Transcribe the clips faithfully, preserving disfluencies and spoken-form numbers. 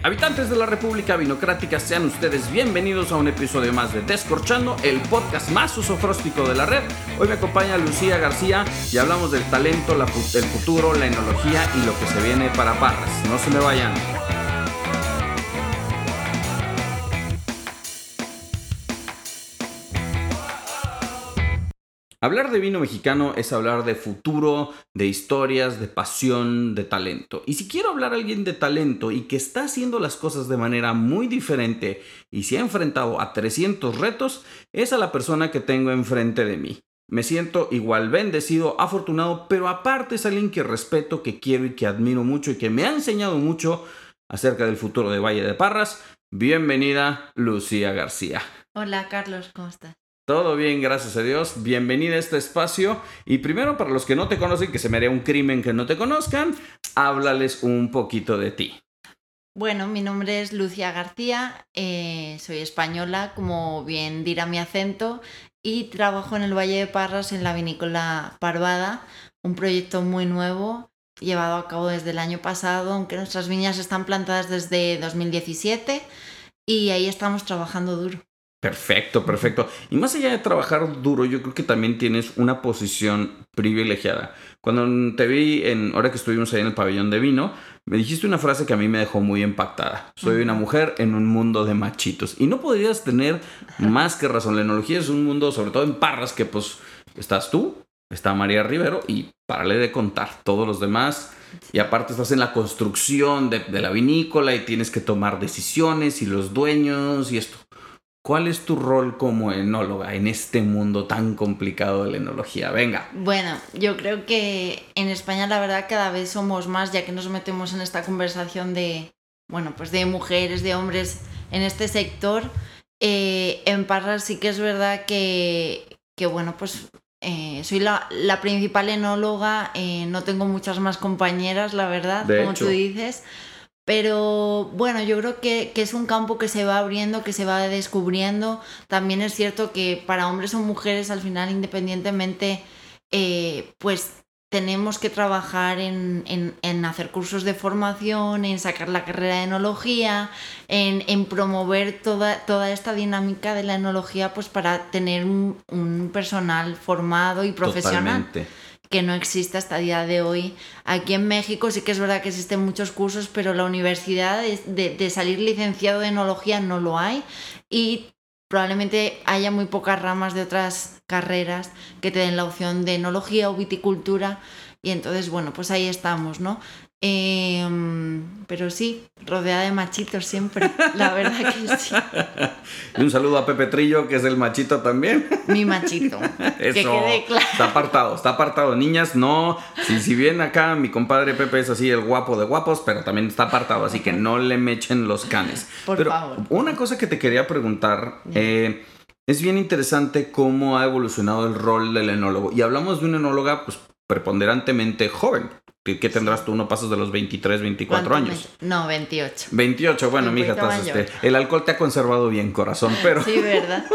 habitantes de la República Vinocrática, sean ustedes bienvenidos a un episodio más de Descorchando, el podcast más sosofróstico de la red. Hoy me acompaña Lucía García y hablamos del talento, la, el futuro, la enología y lo que se viene para Parras. No se me vayan. Hablar de vino mexicano es hablar de futuro, de historias, de pasión, de talento. Y si quiero hablar a alguien de talento y que está haciendo las cosas de manera muy diferente y se ha enfrentado a trescientos retos, es a la persona que tengo enfrente de mí. Me siento igual bendecido, afortunado, pero aparte es alguien que respeto, que quiero y que admiro mucho y que me ha enseñado mucho acerca del futuro de Valle de Parras. Bienvenida, Lucía García. Hola, Carlos, ¿cómo estás? Todo bien, gracias a Dios. Bienvenida a este espacio. Y primero, para los que no te conocen, que se me haría un crimen que no te conozcan, háblales un poquito de ti. Bueno, mi nombre es Lucía García, eh, soy española, como bien dirá mi acento, y trabajo en el Valle de Parras en la vinícola Parvada, un proyecto muy nuevo, llevado a cabo desde el año pasado, aunque nuestras viñas están plantadas desde dos mil diecisiete, y ahí estamos trabajando duro. Perfecto, perfecto. Y más allá de trabajar duro, yo creo que también tienes una posición privilegiada. Cuando te vi, en ahora que estuvimos ahí en el pabellón de vino, me dijiste una frase que a mí me dejó muy impactada. Soy una mujer en un mundo de machitos. Y no podrías tener más que razón. La enología es un mundo, sobre todo en Parras, que pues estás tú, está María Rivero y párale de contar todos los demás. Y aparte estás en la construcción de, de la vinícola y tienes que tomar decisiones y los dueños y esto. ¿Cuál es tu rol como enóloga en este mundo tan complicado de la enología? Venga. Bueno, yo creo que en España la verdad cada vez somos más, ya que nos metemos en esta conversación de, bueno, pues de mujeres, de hombres en este sector. Eh, en Parras sí que es verdad que, que bueno, pues eh, soy la, la principal enóloga, eh, no tengo muchas más compañeras, la verdad, De como hecho. tú dices. Pero bueno, yo creo que, que es un campo que se va abriendo, que se va descubriendo. También es cierto que para hombres o mujeres, al final, independientemente, eh, pues tenemos que trabajar en, en, en hacer cursos de formación, en sacar la carrera de enología, en, en promover toda, toda esta dinámica de la enología, pues para tener un, un personal formado y profesional. Totalmente. Que no existe hasta el día de hoy. Aquí en México sí que es verdad que existen muchos cursos, pero la universidad de, de, de salir licenciado de enología no lo hay y probablemente haya muy pocas ramas de otras carreras que te den la opción de enología o viticultura y entonces, bueno, pues ahí estamos, ¿no? Eh, pero sí, rodeada de machitos siempre, la verdad que sí. Y un saludo a Pepe Trillo, que es el machito también. Mi machito. Eso, que quede claro. Está apartado, está apartado. Niñas, no. Si, si bien acá mi compadre Pepe es así el guapo de guapos, pero también está apartado, así que no le mechen los canes. Por pero favor. Una cosa que te quería preguntar, eh, es bien interesante cómo ha evolucionado el rol del enólogo. Y hablamos de una enóloga, pues, preponderantemente joven. ¿Qué, qué tendrás tú? ¿No pasas de los veintitrés, veinticuatro años? Me... No, veintiocho. veintiocho, bueno, mija, estás, este, el alcohol te ha conservado bien, corazón, pero... Sí, ¿verdad?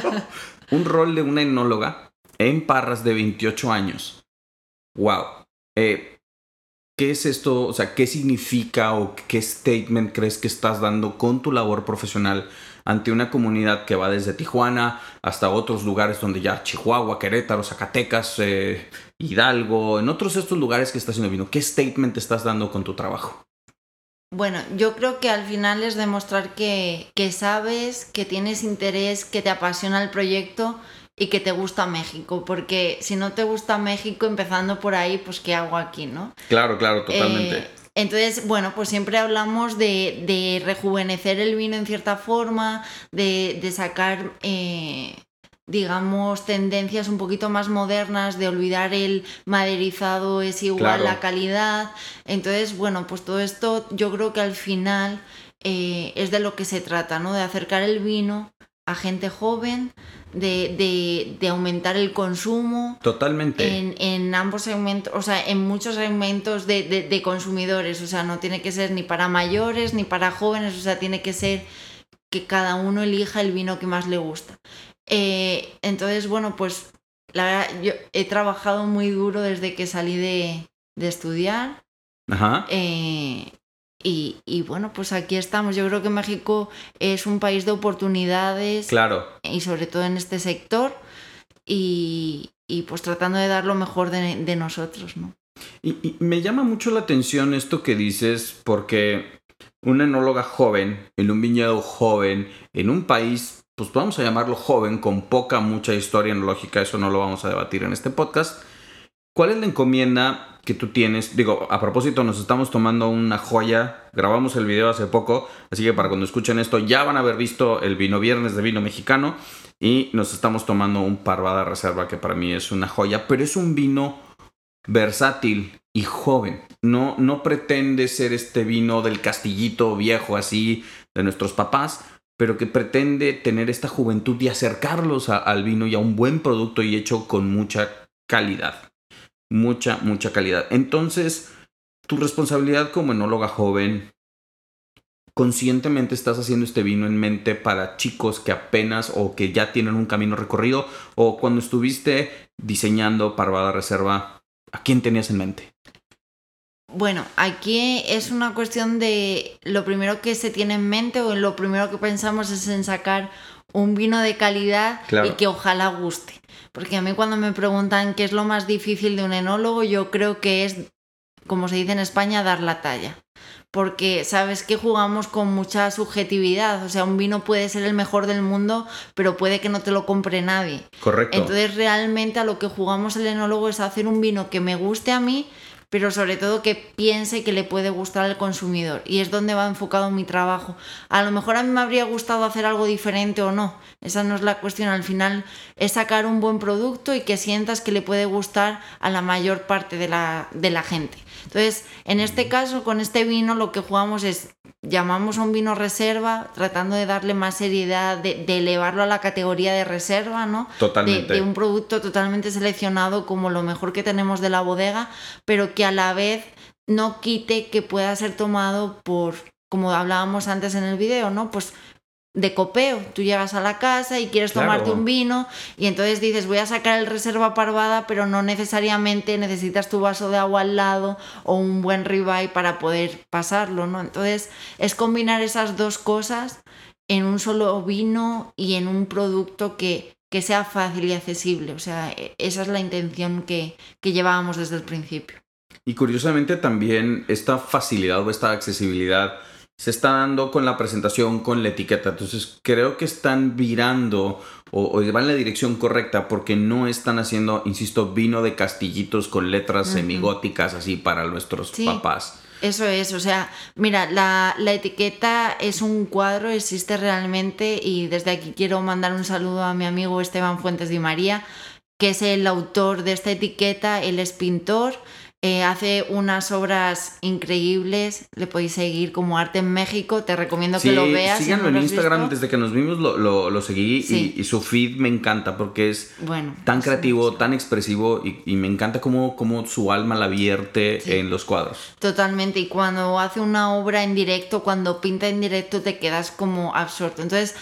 Un rol de una enóloga en Parras de veintiocho años. Wow. Eh, ¿Qué es esto? O sea, ¿qué significa o qué statement crees que estás dando con tu labor profesional ante una comunidad que va desde Tijuana hasta otros lugares donde ya Chihuahua, Querétaro, Zacatecas, eh, Hidalgo, en otros estos lugares que estás haciendo vino? ¿Qué statement estás dando con tu trabajo? Bueno, yo creo que al final es demostrar que, que sabes, que tienes interés, que te apasiona el proyecto y que te gusta México, porque si no te gusta México, empezando por ahí, pues ¿qué hago aquí, no? Claro, claro, totalmente. Eh, entonces, bueno, pues siempre hablamos de, de rejuvenecer el vino en cierta forma, de, de sacar... Eh, digamos, tendencias un poquito más modernas, de olvidar el maderizado es igual Claro. a calidad. Entonces, bueno, pues todo esto yo creo que al final eh, es de lo que se trata, ¿no? De acercar el vino a gente joven, de, de, de aumentar el consumo. Totalmente. En, en ambos segmentos, o sea, en muchos segmentos de, de, de consumidores. O sea, no tiene que ser ni para mayores ni para jóvenes, o sea, tiene que ser que cada uno elija el vino que más le gusta. Eh, entonces, bueno, pues la verdad, yo he trabajado muy duro desde que salí de, de estudiar. Ajá. Eh, Y, y bueno, pues aquí estamos. Yo creo que México es un país de oportunidades. Claro. Y sobre todo en este sector. Y, y pues tratando de dar lo mejor de, de nosotros, ¿no? Y, y me llama mucho la atención esto que dices, porque una enóloga joven, en un viñedo joven, en un país, pues vamos a llamarlo joven, con poca, mucha historia enológica, eso no lo vamos a debatir en este podcast. ¿Cuál es la encomienda que tú tienes? Digo, a propósito, nos estamos tomando una joya, grabamos el video hace poco, así que para cuando escuchen esto ya van a haber visto el vino viernes de vino mexicano y nos estamos tomando un Parvada Reserva que para mí es una joya, pero es un vino versátil y joven. No, no pretende ser este vino del castillito viejo así de nuestros papás, pero que pretende tener esta juventud y acercarlos a, al vino y a un buen producto y hecho con mucha calidad. Mucha, mucha calidad. Entonces, tu responsabilidad como enóloga joven, conscientemente estás haciendo este vino en mente para chicos que apenas o que ya tienen un camino recorrido, o cuando estuviste diseñando Parvada Reserva, ¿a quién tenías en mente? Bueno, aquí es una cuestión de lo primero que se tiene en mente o lo primero que pensamos es en sacar un vino de calidad, claro, y que ojalá guste. Porque a mí cuando me preguntan qué es lo más difícil de un enólogo, yo creo que es, como se dice en España, dar la talla. Porque sabes que jugamos con mucha subjetividad. O sea, un vino puede ser el mejor del mundo, pero puede que no te lo compre nadie. Correcto. Entonces realmente a lo que jugamos el enólogo es hacer un vino que me guste a mí, pero sobre todo que piense que le puede gustar al consumidor. Y es donde va enfocado mi trabajo. A lo mejor a mí me habría gustado hacer algo diferente o no. Esa no es la cuestión. Al final es sacar un buen producto y que sientas que le puede gustar a la mayor parte de la, de la gente. Entonces, en este caso, con este vino lo que jugamos es, llamamos a un vino reserva, tratando de darle más seriedad, de, de elevarlo a la categoría de reserva, ¿no? Totalmente. De, de un producto totalmente seleccionado como lo mejor que tenemos de la bodega, pero que a la vez no quite que pueda ser tomado por, como hablábamos antes en el video, ¿no? Pues de copeo. Tú llegas a la casa y quieres claro. tomarte un vino y entonces dices voy a sacar el Reserva Parvada, pero no necesariamente necesitas tu vaso de agua al lado o un buen ribeye para poder pasarlo, ¿no? Entonces es combinar esas dos cosas en un solo vino y en un producto que, que sea fácil y accesible. O sea, esa es la intención que, que llevábamos desde el principio. Y curiosamente también esta facilidad o esta accesibilidad se está dando con la presentación, con la etiqueta. Entonces creo que están virando o, o van en la dirección correcta porque no están haciendo, insisto, vino de castillitos con letras uh-huh. semigóticas así para nuestros sí, papás. Eso es, o sea, mira, la, la etiqueta es un cuadro, existe realmente y desde aquí quiero mandar un saludo a mi amigo Esteban Fuentes Di María, que es el autor de esta etiqueta. Él es pintor. Eh, hace unas obras increíbles, le podéis seguir como Arte en México, te recomiendo sí, que lo veas. Síganlo si no en Instagram, visto. Desde que nos vimos lo, lo, lo seguí sí. y, y su feed me encanta porque es bueno, tan sí, creativo, sí. tan expresivo y, y me encanta cómo, cómo su alma la vierte sí. en los cuadros. Totalmente, y cuando hace una obra en directo, cuando pinta en directo te quedas como absorto. Entonces,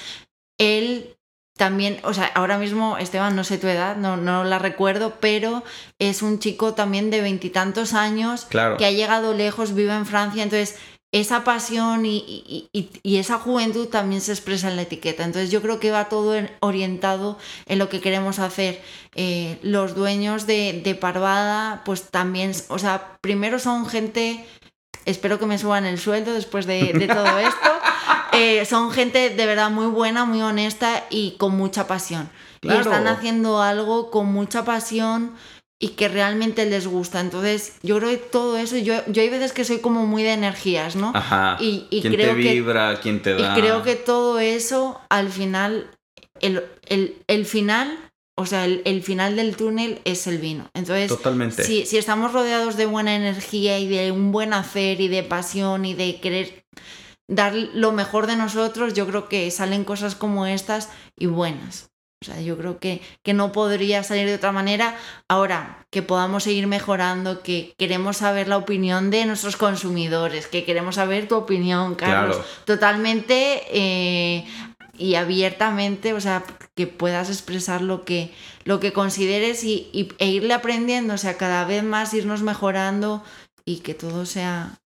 él... También, o sea, ahora mismo, Esteban, no sé tu edad, no, no la recuerdo, pero es un chico también de veintitantos años claro. que ha llegado lejos, vive en Francia, entonces esa pasión y, y, y, y esa juventud también se expresa en la etiqueta. Entonces yo creo que va todo en, orientado en lo que queremos hacer. Eh, los dueños de, de Parvada, pues también, o sea, primero son gente... Espero que me suban el sueldo después de, de todo esto. Eh, son gente de verdad muy buena, muy honesta y con mucha pasión. Claro. Y están haciendo algo con mucha pasión y que realmente les gusta. Entonces, yo creo que todo eso, yo, yo hay veces que soy como muy de energías, ¿no? Ajá. Y, y ¿Quién creo te vibra? Que, ¿Quién te da? Y creo que todo eso, al final, el, el, el final... O sea, el, el final del túnel es el vino. Entonces, totalmente. Si, si estamos rodeados de buena energía y de un buen hacer y de pasión y de querer dar lo mejor de nosotros, yo creo que salen cosas como estas y buenas. O sea, yo creo que, que no podría salir de otra manera. Ahora, que podamos seguir mejorando, que queremos saber la opinión de nuestros consumidores, que queremos saber tu opinión, Carlos. Claro. Totalmente... Eh, y abiertamente, o sea, que puedas expresar lo que, lo que consideres y, y, e irle aprendiendo, o sea, cada vez más irnos mejorando y que todo sea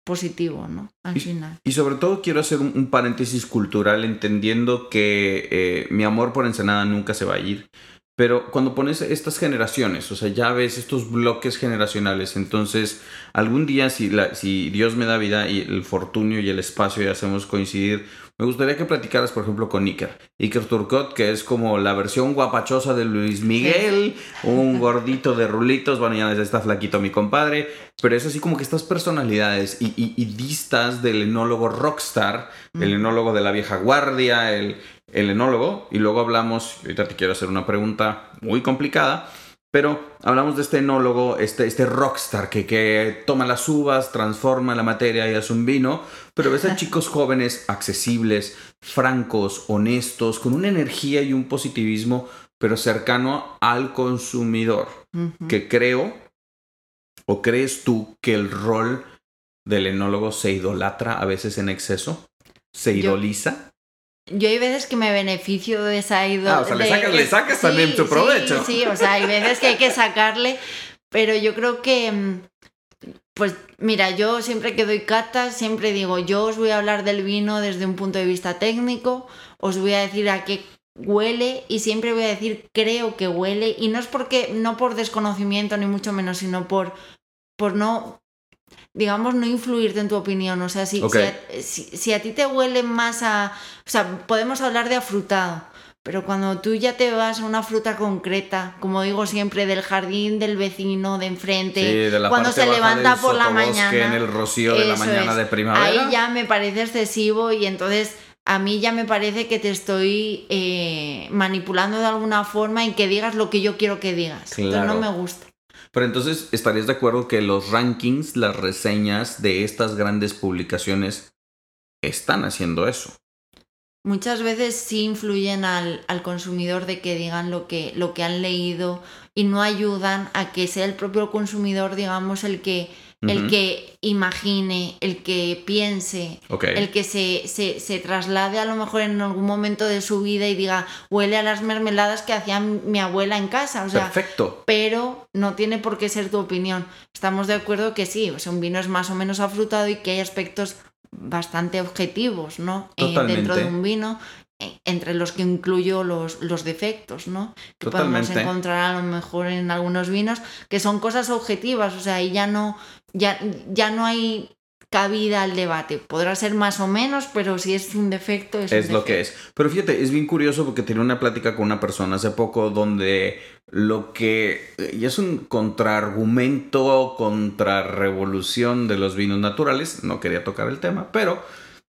positivo, ¿no? Al y, final. Y sobre todo quiero hacer un, un paréntesis cultural entendiendo que eh, mi amor por Ensenada nunca se va a ir. Pero cuando pones estas generaciones, o sea, ya ves estos bloques generacionales, entonces algún día si, la, si Dios me da vida y el fortunio y el espacio y hacemos coincidir, me gustaría que platicaras, por ejemplo, con Iker. Iker Turcot, que es como la versión guapachosa de Luis Miguel, un gordito de rulitos, bueno, ya está flaquito mi compadre, pero es así como que estas personalidades y, y, y distas del enólogo rockstar, mm. el enólogo de la vieja guardia, el... el enólogo, y luego hablamos, ahorita te quiero hacer una pregunta muy complicada, pero hablamos de este enólogo, este, este rockstar que, que toma las uvas, transforma la materia y hace un vino, pero ves a chicos jóvenes accesibles, francos, honestos, con una energía y un positivismo, pero cercano al consumidor, uh-huh. que creo, o crees tú que el rol del enólogo se idolatra a veces en exceso, se idoliza. Yo... Yo hay veces que me beneficio de esa idea. Ah, o sea, de, le sacas, le sacas sí, también tu provecho. Sí, sí, o sea, hay veces que hay que sacarle, pero yo creo que, pues mira, yo siempre que doy catas, siempre digo, yo os voy a hablar del vino desde un punto de vista técnico, os voy a decir a qué huele y siempre voy a decir creo que huele, y no es porque, no por desconocimiento ni mucho menos, sino por, por no... digamos, no influirte en tu opinión. O sea, si, okay. si, a, si, si a ti te huele más a... O sea, podemos hablar de afrutado, pero cuando tú ya te vas a una fruta concreta, como digo siempre, del jardín del vecino de enfrente, sí, de la cuando parte se levanta por la mañana, en el rocío de la mañana es, de primavera, ahí ya me parece excesivo y entonces a mí ya me parece que te estoy eh, manipulando de alguna forma en que digas lo que yo quiero que digas. Claro. Entonces no me gusta. Pero entonces, ¿estarías de acuerdo que los rankings, las reseñas de estas grandes publicaciones están haciendo eso? Muchas veces sí influyen al, al consumidor de que digan lo que, lo que han leído y no ayudan a que sea el propio consumidor, digamos, el que, uh-huh. el que imagine, el que piense, okay. el que se, se, se traslade a lo mejor en algún momento de su vida y diga, huele a las mermeladas que hacía mi abuela en casa. O sea, perfecto. Pero no tiene por qué ser tu opinión. Estamos de acuerdo que sí, o sea, un vino es más o menos afrutado y que hay aspectos bastante objetivos, ¿no? Eh, dentro de un vino, eh, entre los que incluyo los, los defectos, ¿no? Que Totalmente. podemos encontrar a lo mejor en algunos vinos, que son cosas objetivas, o sea, ahí ya no, ya, ya no hay cabida al debate. Podrá ser más o menos, pero si es un defecto, es, es un lo defecto. que es. Pero fíjate, es bien curioso porque tenía una plática con una persona hace poco donde lo que y es un contraargumento, contrarrevolución de los vinos naturales, no quería tocar el tema, pero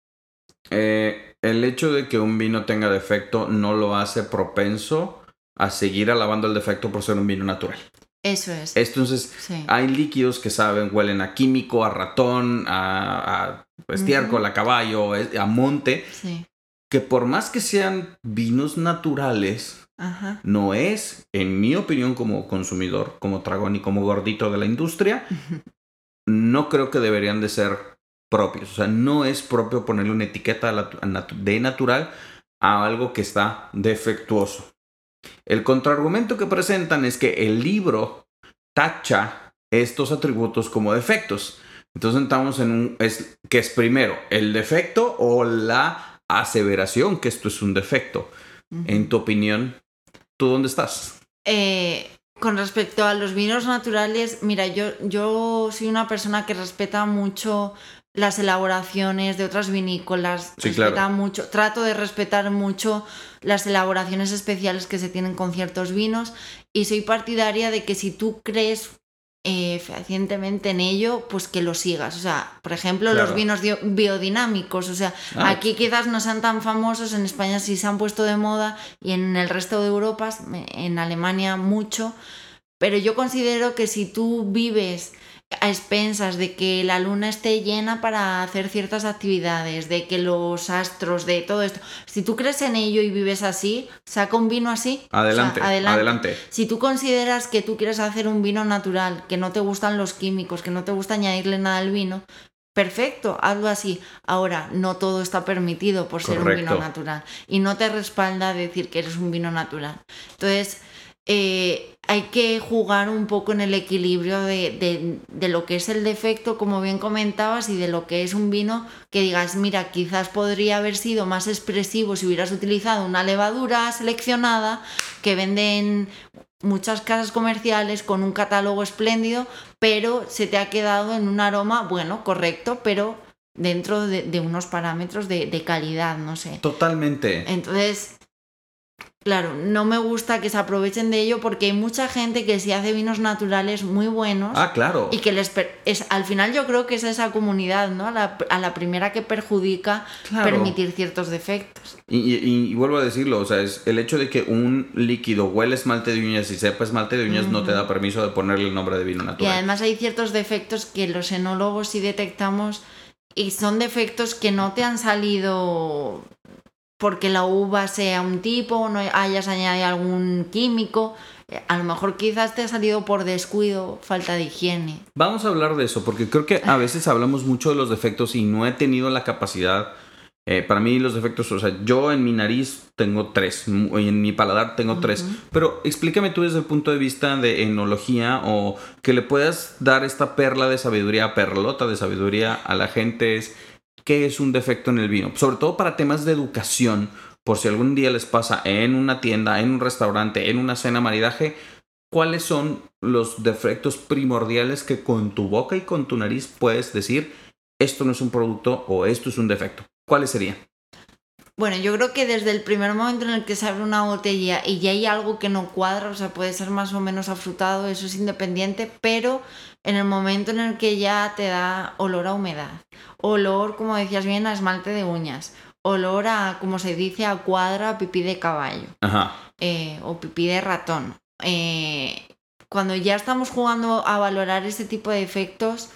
eh, el hecho de que un vino tenga defecto no lo hace propenso a seguir alabando el defecto por ser un vino natural. Eso es. Entonces, sí. Hay líquidos que saben, huelen a químico, a ratón, a, a estiércol, uh-huh. a caballo, a monte, sí. que por más que sean vinos naturales, uh-huh. no es, en mi opinión como consumidor, como tragón y como gordito de la industria, uh-huh. no creo que deberían de ser propios. O sea, no es propio ponerle una etiqueta de natural a algo que está defectuoso. El contraargumento que presentan es que el libro tacha estos atributos como defectos. Entonces entramos en un... Es, ¿qué es primero? ¿El defecto o la aseveración que esto es un defecto? Uh-huh. En tu opinión, ¿tú dónde estás? Eh, con respecto a los vinos naturales, mira, yo, yo soy una persona que respeta mucho las elaboraciones de otras vinícolas, sí, respeta claro. mucho, trato de respetar mucho las elaboraciones especiales que se tienen con ciertos vinos y soy partidaria de que si tú crees eh, fehacientemente en ello, pues que lo sigas. O sea, por ejemplo, claro. los vinos dio- biodinámicos, o sea, ah. aquí quizás no sean tan famosos, en España sí se han puesto de moda y en el resto de Europa, en Alemania mucho, pero yo considero que si tú vives a expensas de que la luna esté llena para hacer ciertas actividades, de que los astros, de todo esto, si tú crees en ello y vives así, saca un vino así. Adelante, o sea, adelante. adelante. Si tú consideras que tú quieres hacer un vino natural, que no te gustan los químicos, que no te gusta añadirle nada al vino, perfecto, hazlo así. Ahora, no todo está permitido por ser Correcto. un vino natural y no te respalda decir que eres un vino natural. Entonces, Eh, hay que jugar un poco en el equilibrio de, de, de lo que es el defecto, como bien comentabas, y de lo que es un vino que digas, mira, quizás podría haber sido más expresivo si hubieras utilizado una levadura seleccionada que venden muchas casas comerciales con un catálogo espléndido, pero se te ha quedado en un aroma, bueno, correcto, pero dentro de, de unos parámetros de, de calidad, no sé. Totalmente. Entonces, claro, no me gusta que se aprovechen de ello porque hay mucha gente que sí hace vinos naturales muy buenos. Ah, claro. Y que les per- es al final yo creo que es esa comunidad, ¿no? A la, a la primera que perjudica Claro. permitir ciertos defectos. Y, y, y vuelvo a decirlo, o sea, es el hecho de que un líquido huele esmalte de uñas y sepa esmalte de uñas uh-huh. no te da permiso de ponerle el nombre de vino natural. Y además hay ciertos defectos que los enólogos sí detectamos y son defectos que no te han salido porque la uva sea un tipo o no hayas añadido algún químico. A lo mejor quizás te ha salido por descuido, falta de higiene. Vamos a hablar de eso, porque creo que a veces hablamos mucho de los defectos y no he tenido la capacidad. Eh, para mí los defectos, o sea, yo en mi nariz tengo tres, y en mi paladar tengo uh-huh. tres. Pero explícame tú desde el punto de vista de enología o que le puedas dar esta perla de sabiduría, perlota de sabiduría a la gente es... ¿Qué es un defecto en el vino? Sobre todo para temas de educación, por si algún día les pasa en una tienda, en un restaurante, en una cena, maridaje, ¿cuáles son los defectos primordiales que con tu boca y con tu nariz puedes decir esto no es un producto o esto es un defecto? ¿Cuáles serían? Bueno, yo creo que desde el primer momento en el que se abre una botella y ya hay algo que no cuadra, o sea, puede ser más o menos afrutado, eso es independiente, pero en el momento en el que ya te da olor a humedad, olor, como decías bien, a esmalte de uñas, olor a, como se dice, a cuadra, a pipí de caballo, Ajá. Eh, o pipí de ratón. Eh, cuando ya estamos jugando a valorar este tipo de efectos,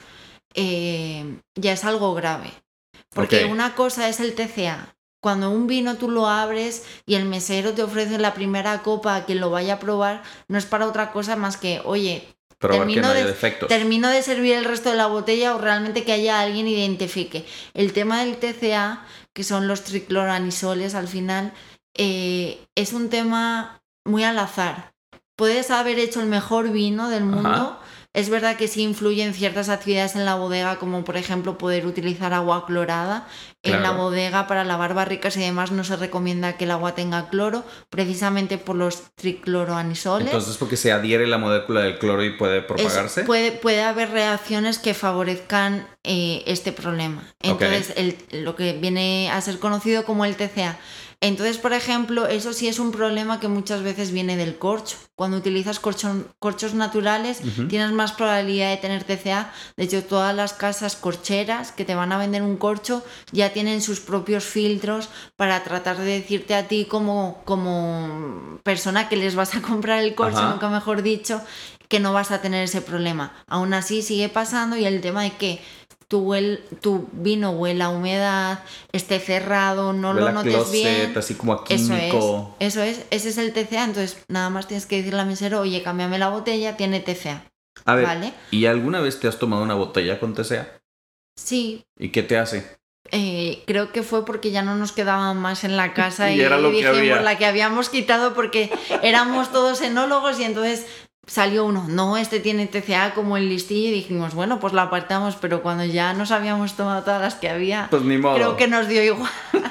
eh, ya es algo grave. Porque okay. Una cosa es el T C A. Cuando un vino tú lo abres y el mesero te ofrece la primera copa a quien lo vaya a probar, no es para otra cosa más que, oye, termino, no de, termino de servir el resto de la botella o realmente que haya alguien identifique. El tema del T C A, que son los tricloroanisoles al final, eh, es un tema muy al azar. Puedes haber hecho el mejor vino del mundo. Ajá. Es verdad que sí influyen ciertas actividades en la bodega, como por ejemplo poder utilizar agua clorada. Claro. En la bodega para lavar barricas y demás no se recomienda que el agua tenga cloro, precisamente por los tricloroanisoles. Entonces, porque se adhiere la molécula del cloro y puede propagarse. Es, puede, puede haber reacciones que favorezcan eh, este problema. Entonces, okay. el, lo que viene a ser conocido como el T C A. Entonces, por ejemplo, eso sí es un problema que muchas veces viene del corcho. Cuando utilizas corcho, corchos naturales, uh-huh. tienes más probabilidad de tener T C A. De hecho, todas las casas corcheras que te van a vender un corcho ya tienen sus propios filtros para tratar de decirte a ti como, como persona que les vas a comprar el corcho, Ajá. nunca mejor dicho, que no vas a tener ese problema. Aún así sigue pasando y el tema de que Tu, huel, tu vino huele a humedad, esté cerrado, no huele lo notes closet, bien. Así como a químico. Eso es, eso es, ese es el T C A. Entonces, nada más tienes que decirle al mesero, oye, cámbiame la botella, tiene T C A. A ver, ¿vale? ¿Y alguna vez te has tomado una botella con T C A? Sí. ¿Y qué te hace? Eh, creo que fue porque ya no nos quedaban más en la casa y, y era lo dijimos que había. La que habíamos quitado porque éramos todos enólogos y entonces salió uno, no, este tiene T C A como el listillo y dijimos, bueno, pues lo apartamos, pero cuando ya nos habíamos tomado todas las que había, pues ni modo. Creo que nos dio igual.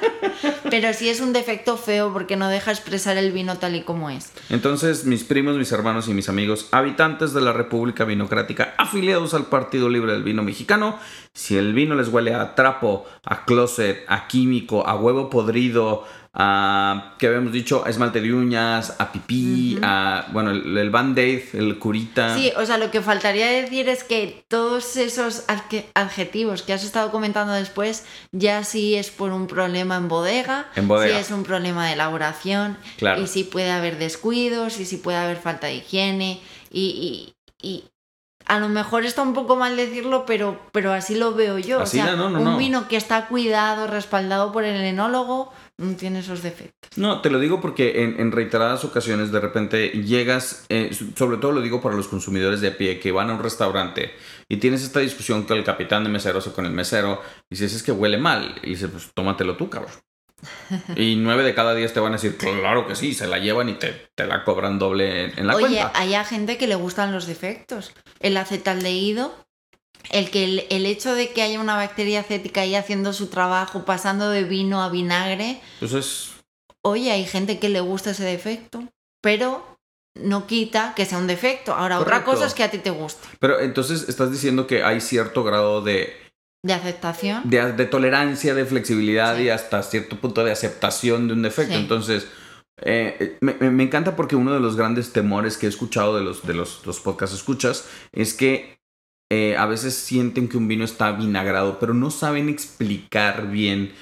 Pero sí es un defecto feo porque no deja expresar el vino tal y como es. Entonces, mis primos, mis hermanos y mis amigos, habitantes de la República Vinocrática, afiliados al Partido Libre del Vino Mexicano, si el vino les huele a trapo, a closet, a químico, a huevo podrido, a, que habíamos dicho, a esmalte de uñas, a pipí, uh-huh. a, bueno, el, el Band-Aid, el curita. Sí, o sea, lo que faltaría decir es que todos esos adjetivos que has estado comentando después, ya sí es por un problema en bodega, en bodega. sí es un problema de elaboración, claro. y sí puede haber descuidos, y sí puede haber falta de higiene, y... y, y a lo mejor está un poco mal decirlo, pero, pero así lo veo yo. Así o sea, no, no, un no. vino que está cuidado, respaldado por el enólogo, no tiene esos defectos. No, te lo digo porque en, en reiteradas ocasiones de repente llegas, eh, sobre todo lo digo para los consumidores de a pie que van a un restaurante y tienes esta discusión con el capitán de meseros o con el mesero y dices, es que huele mal. Y dices, pues tómatelo tú, cabrón. Y nueve de cada diez te van a decir, claro que sí, se la llevan y te, te la cobran doble en, en la Oye, cuenta. hay a gente que le gustan los defectos. El acetaldehído, el que el, el hecho de que haya una bacteria acética ahí haciendo su trabajo, pasando de vino a vinagre. Entonces, oye, hay gente que le gusta ese defecto, pero no quita que sea un defecto. Ahora, correcto. Otra cosa es que a ti te guste. Pero entonces estás diciendo que hay cierto grado de... De aceptación. De, de tolerancia, de flexibilidad Sí. y hasta cierto punto de aceptación de un defecto. Sí. Entonces, eh, me, me encanta porque uno de los grandes temores que he escuchado de los, de los, los podcast escuchas es que eh, a veces sienten que un vino está vinagrado, pero no saben explicar bien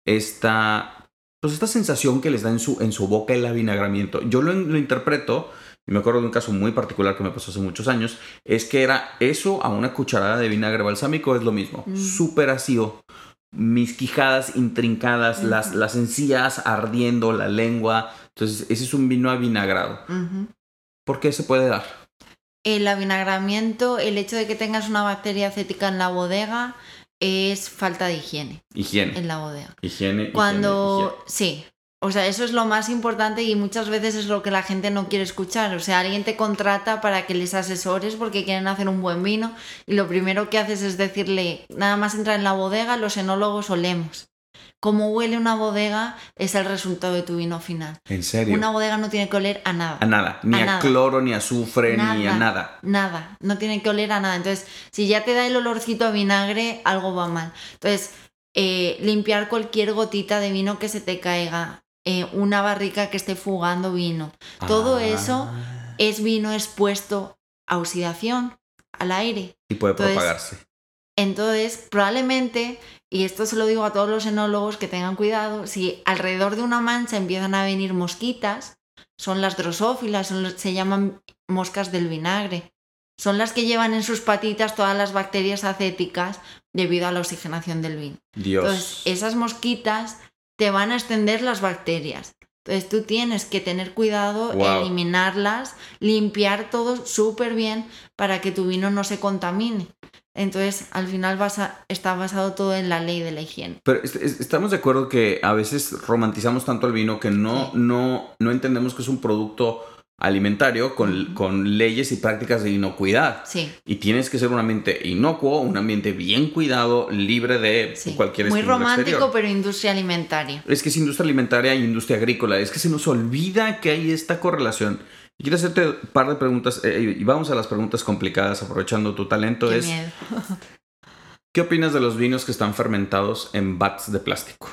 esta, pues esta sensación que les da en su, en su boca el avinagramiento. Yo lo, lo interpreto, y me acuerdo de un caso muy particular que me pasó hace muchos años, es que era eso a una cucharada de vinagre balsámico, es lo mismo, mm. súper ácido, mis quijadas intrincadas, uh-huh. las, las encías ardiendo, la lengua. Entonces ese es un vino avinagrado. Uh-huh. ¿Por qué se puede dar? El avinagramiento, el hecho de que tengas una bacteria acética en la bodega es falta de higiene. Higiene. En la bodega. Higiene. Cuando... higiene, higiene. Sí. O sea, eso es lo más importante y muchas veces es lo que la gente no quiere escuchar. O sea, alguien te contrata para que les asesores porque quieren hacer un buen vino y lo primero que haces es decirle, nada más entrar en la bodega, los enólogos olemos. Cómo huele una bodega es el resultado de tu vino final. ¿En serio? Una bodega no tiene que oler a nada. A nada. Ni a, a nada. Cloro, ni a azufre, nada, ni a nada. Nada. No tiene que oler a nada. Entonces, si ya te da el olorcito a vinagre, algo va mal. Entonces, eh, limpiar cualquier gotita de vino que se te caiga. Eh, una barrica que esté fugando vino. Todo ah. eso es vino expuesto a oxidación, al aire. Y puede entonces, propagarse. Entonces, probablemente, y esto se lo digo a todos los enólogos que tengan cuidado, si alrededor de una mancha empiezan a venir mosquitas, son las drosófilas, son los, se llaman moscas del vinagre. Son las que llevan en sus patitas todas las bacterias acéticas debido a la oxigenación del vino. Dios. Entonces, esas mosquitas te van a extender las bacterias. Entonces tú tienes que tener cuidado, wow. eliminarlas, limpiar todo súper bien para que tu vino no se contamine. Entonces al final basa, está basado todo en la ley de la higiene. Pero est- estamos de acuerdo que a veces romantizamos tanto el vino que no, sí. no, no entendemos que es un producto alimentario con, con leyes y prácticas de inocuidad. Sí. Y tienes que ser un ambiente inocuo, un ambiente bien cuidado, libre de sí. cualquier muy estímulo romántico, exterior. Pero industria alimentaria. Es que es industria alimentaria e industria agrícola. Es que se nos olvida que hay esta correlación. Y quiero hacerte un par de preguntas, eh, y vamos a las preguntas complicadas, aprovechando tu talento. Qué es, miedo. ¿qué opinas de los vinos que están fermentados en vats de plástico?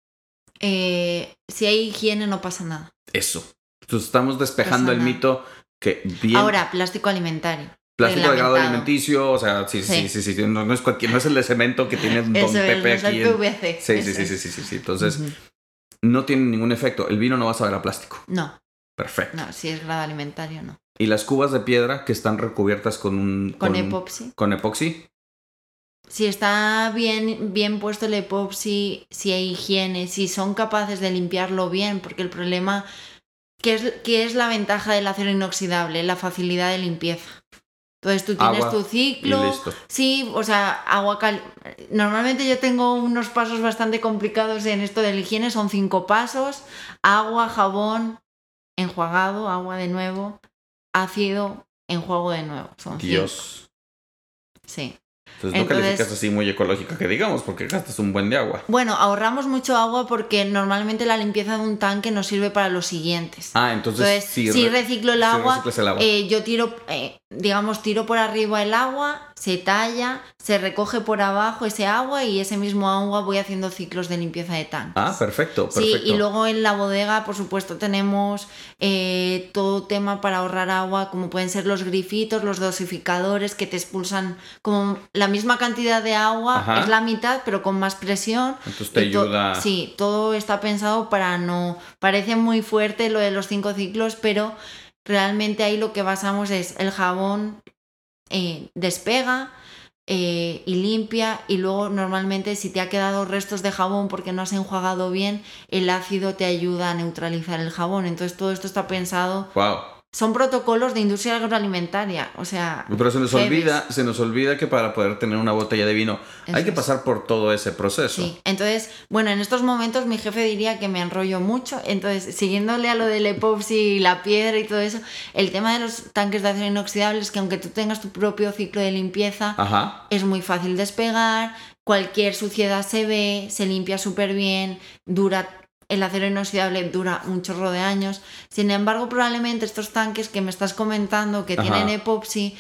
Eh, si hay higiene no pasa nada. Eso. Entonces estamos despejando el mito que bien... Ahora, plástico alimentario. Plástico de grado alimenticio, o sea, sí, sí, sí, sí, sí. No, no, es cualquier, no es el de cemento que tiene Don Eso Pepe es, aquí. No es el P V C. Sí, sí, sí, sí, sí, sí, sí. Entonces, uh-huh. no tiene ningún efecto. El vino no va a saber a plástico. No. Perfecto. No, si es grado alimentario, no. ¿Y las cubas de piedra que están recubiertas con un... Con, con epoxi. ¿Con epoxi? Si está bien, bien puesto el epoxi, si hay higiene, si son capaces de limpiarlo bien, porque el problema... ¿Qué es, qué es la ventaja del acero inoxidable? La facilidad de limpieza. Entonces tú tienes agua tu ciclo. Y listo. Sí, o sea, agua caliente. Normalmente yo tengo unos pasos bastante complicados en esto de la higiene. Son cinco pasos. Agua, jabón, enjuagado, agua de nuevo, ácido, enjuago de nuevo. Son Dios. Cinco. Sí. Entonces no Entonces, calificas así muy ecológica que digamos, porque gastas un buen de agua. Bueno, ahorramos mucho agua porque normalmente la limpieza de un tanque nos sirve para los siguientes. Ah, entonces, entonces si, si re- reciclo el si agua, el agua. Eh, yo tiro, eh, digamos, tiro por arriba el agua, se talla, se recoge por abajo ese agua y ese mismo agua voy haciendo ciclos de limpieza de tanques. Ah, perfecto, perfecto. Sí, y luego en la bodega, por supuesto, tenemos eh, todo tema para ahorrar agua, como pueden ser los grifitos, los dosificadores que te expulsan como la misma cantidad de agua, Ajá. es la mitad, pero con más presión. Entonces te to- ayuda. Sí, todo está pensado para no... Parece muy fuerte lo de los cinco ciclos, pero realmente ahí lo que basamos es el jabón eh, despega eh, y limpia, y luego normalmente si te ha quedado restos de jabón porque no has enjuagado bien, el ácido te ayuda a neutralizar el jabón. Entonces todo esto está pensado wow. son protocolos de industria agroalimentaria, o sea... Pero se nos heavies. olvida, se nos olvida que para poder tener una botella de vino Eso hay que es. pasar por todo ese proceso. Sí, entonces, bueno, en estos momentos mi jefe diría que me enrollo mucho, entonces, siguiéndole a lo del epoxi y la piedra y todo eso, el tema de los tanques de acero inoxidable es que aunque tú tengas tu propio ciclo de limpieza, Ajá. es muy fácil despegar, cualquier suciedad se ve, se limpia súper bien, dura... El acero inoxidable dura un chorro de años. Sin embargo, probablemente estos tanques que me estás comentando que Ajá. tienen epoxi,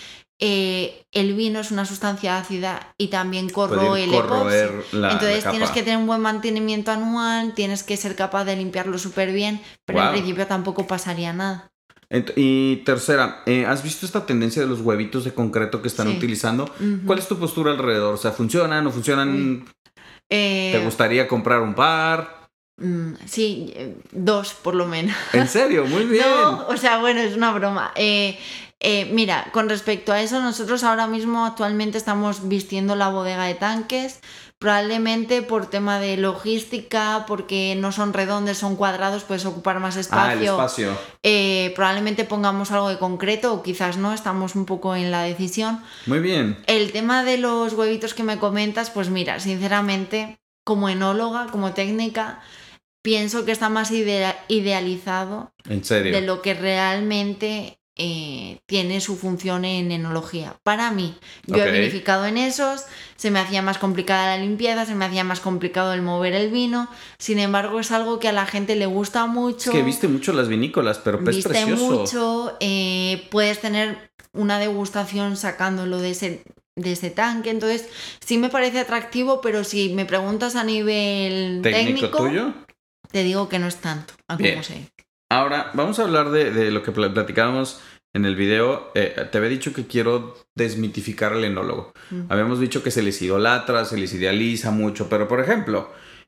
eh, el vino es una sustancia ácida y también corroe Puede el corroer epoxi. la- Entonces la tienes capa. que tener un buen mantenimiento anual, tienes que ser capaz de limpiarlo súper bien, pero Wow. en principio tampoco pasaría nada. Ent- Y tercera, eh, ¿has visto esta tendencia de los huevitos de concreto que están Sí. utilizando? Ujú. ¿Cuál es tu postura alrededor? O sea, ¿funcionan? ¿No funcionan? Uy. Eh, ¿Te gustaría comprar un par? mm, sí, eh, dos por lo menos. ¿En serio? Muy bien. No, o sea, bueno, es una broma. Eh, eh, mira, con respecto a eso, nosotros ahora mismo actualmente estamos vistiendo la bodega de tanques, probablemente por tema de logística, porque no son redondos, son cuadrados, puedes ocupar más espacio. Ah, el espacio. Eh, probablemente pongamos algo de concreto o quizás no, estamos un poco en la decisión. Muy bien. El tema de los huevitos que me comentas, pues mira, sinceramente, como enóloga, como técnica, pienso que está más idea- idealizado En serio. de lo que realmente eh, tiene su función en enología. Para mí, yo Ok. he vinificado en esos, se me hacía más complicada la limpieza, se me hacía más complicado el mover el vino, sin embargo es algo que a la gente le gusta mucho. Es que viste mucho las vinícolas, pero es Viste precioso. mucho, eh, puedes tener una degustación sacándolo de ese, de ese tanque, entonces sí me parece atractivo, pero si me preguntas a nivel ¿Técnico técnico, tuyo? te digo que no es tanto, a Bien. como sé. Ahora, vamos a hablar de, de lo que pl- platicábamos en el video. Eh, te había dicho que quiero desmitificar al enólogo. Mm. Habíamos dicho que se les idolatra, se les idealiza mucho, pero por ejemplo,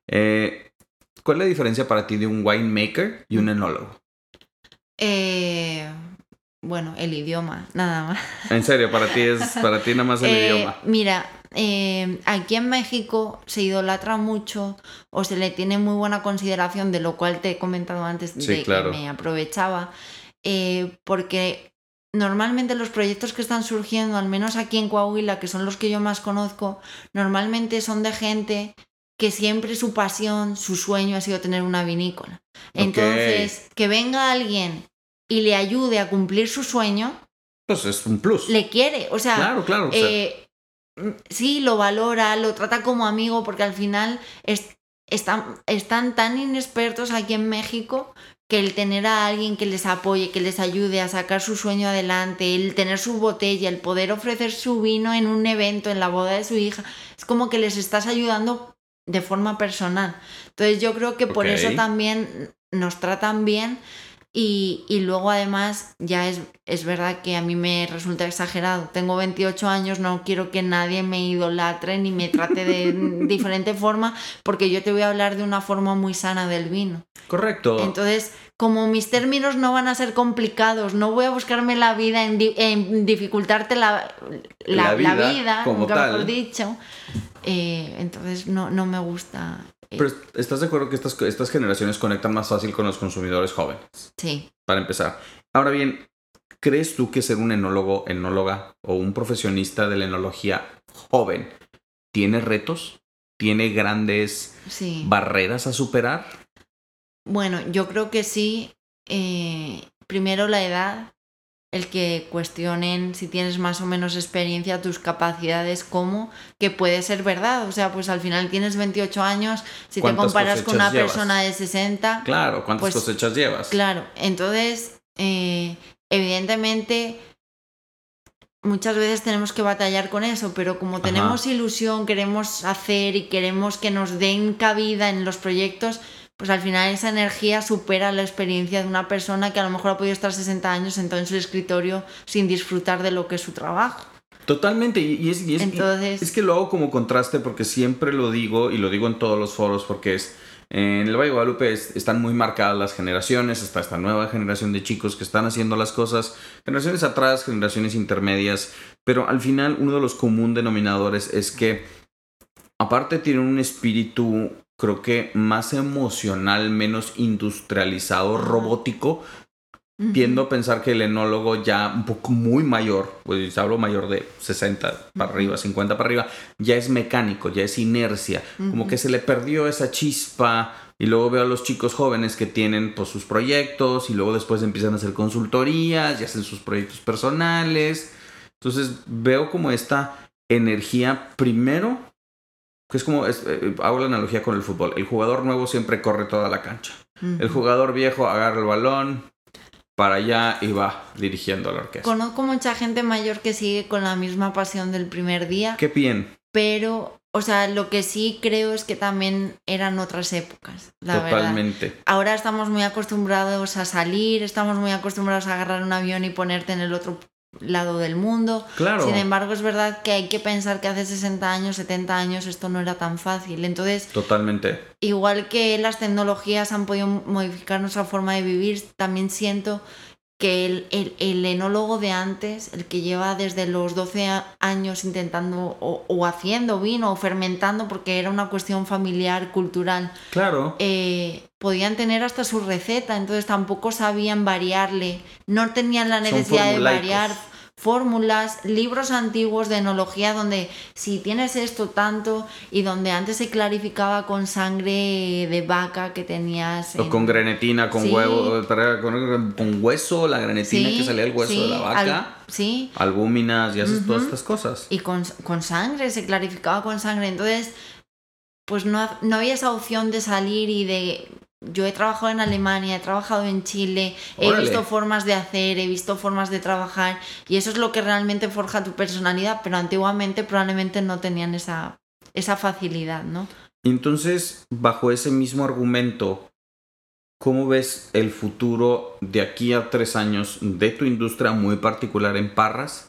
eh, ¿cuál es la diferencia para ti de un winemaker y un enólogo? Eh, bueno, el idioma, nada más. En serio, para ti es para ti nada más el Eh, idioma. Mira, eh, aquí en México se idolatra mucho o se le tiene muy buena consideración, de lo cual te he comentado antes Sí, de claro. que me aprovechaba, eh, porque normalmente los proyectos que están surgiendo, al menos aquí en Coahuila, que son los que yo más conozco, normalmente son de gente que siempre su pasión, su sueño ha sido tener una vinícola. Entonces, que venga alguien y le ayude a cumplir su sueño, Pues es un plus. le quiere, o sea, Claro, claro. o sea, eh, sí, lo valora, lo trata como amigo, porque al final es- están, están tan inexpertos aquí en México que el tener a alguien que les apoye, que les ayude a sacar su sueño adelante, el tener su botella, el poder ofrecer su vino en un evento, en la boda de su hija, es como que les estás ayudando de forma personal. Entonces yo creo que por Ok. eso también nos tratan bien. Y, y luego además ya es, es verdad que a mí me resulta exagerado. Tengo veintiocho años, no quiero que nadie me idolatre ni me trate de diferente forma, porque yo te voy a hablar de una forma muy sana del vino. correcto. Entonces, como mis términos no van a ser complicados, no voy a buscarme la vida en, di- en dificultarte la, la, La vida, la vida, como nunca tal. mejor dicho. Eh, entonces no, no me gusta. eh, Pero ¿estás de acuerdo que estas, estas generaciones conectan más fácil con los consumidores jóvenes? sí. Para empezar. Ahora bien, ¿crees tú que ser un enólogo, enóloga o un profesionista de la enología joven tiene retos? ¿Tiene grandes Sí. barreras a superar? Bueno, yo creo que sí. Eh, primero la edad, el que cuestionen si tienes más o menos experiencia, tus capacidades, como que puede ser verdad. O sea, pues al final tienes veintiocho años, si te ¿Cuántas comparas con una cosechas llevas? persona de sesenta, Claro, ¿cuántas Pues, cosechas llevas? claro. Entonces, eh, evidentemente, muchas veces tenemos que batallar con eso, pero como Ajá. tenemos ilusión, queremos hacer y queremos que nos den cabida en los proyectos, pues al final esa energía supera la experiencia de una persona que a lo mejor ha podido estar sesenta años sentado en su escritorio sin disfrutar de lo que es su trabajo. Totalmente, y, y es, y es, Entonces- y es que lo hago como contraste porque siempre lo digo y lo digo en todos los foros porque es en el Valle de Guadalupe es- están muy marcadas las generaciones, está esta nueva generación de chicos que están haciendo las cosas, generaciones atrás, generaciones intermedias, pero al final uno de los común denominadores es que aparte tienen un espíritu, creo que más emocional, menos industrializado, Ajá. robótico, Uh-huh. Tiendo a pensar que el enólogo ya un poco muy mayor, pues hablo mayor de sesenta para uh-huh. arriba, cincuenta para arriba, ya es mecánico, ya es inercia. Uh-huh. Como que se le perdió esa chispa. Y luego veo a los chicos jóvenes que tienen pues sus proyectos y luego después empiezan a hacer consultorías y hacen sus proyectos personales. Entonces veo como esta energía primero, que es como, es, eh, hago la analogía con el fútbol. El jugador nuevo siempre corre toda la cancha. Uh-huh. El jugador viejo agarra el balón para allá y va dirigiendo a la orquesta. Conozco mucha gente mayor que sigue con la misma pasión del primer día. Qué bien. Pero... O sea, lo que sí creo es que también eran otras épocas, la Totalmente. verdad. Ahora estamos muy acostumbrados a salir, estamos muy acostumbrados a agarrar un avión y ponerte en el otro lado del mundo. Claro. Sin embargo, es verdad que hay que pensar que hace sesenta años, setenta años esto no era tan fácil. Entonces, totalmente. Igual que las tecnologías han podido modificar nuestra forma de vivir, también siento que el, el, el enólogo de antes, el que lleva desde los doce años intentando o, o haciendo vino o fermentando porque era una cuestión familiar, cultural, claro, eh, podían tener hasta su receta, entonces tampoco sabían variarle, no tenían la necesidad de variar fórmulas, libros antiguos de enología donde si tienes esto tanto y donde antes se clarificaba con sangre de vaca que tenías en... o con grenetina, con sí. huevo, con, con hueso, la grenetina sí, que salía del hueso sí, de la vaca, al, sí. albúminas y haces uh-huh. todas estas cosas. Y con, con sangre, se clarificaba con sangre, entonces pues no, no había esa opción de salir y de... Yo he trabajado en Alemania, he trabajado en Chile, he Órale. visto formas de hacer, he visto formas de trabajar y eso es lo que realmente forja tu personalidad, pero antiguamente probablemente no tenían esa, esa facilidad, ¿no? Entonces, bajo ese mismo argumento, ¿cómo ves el futuro de aquí a tres años de tu industria muy particular en Parras?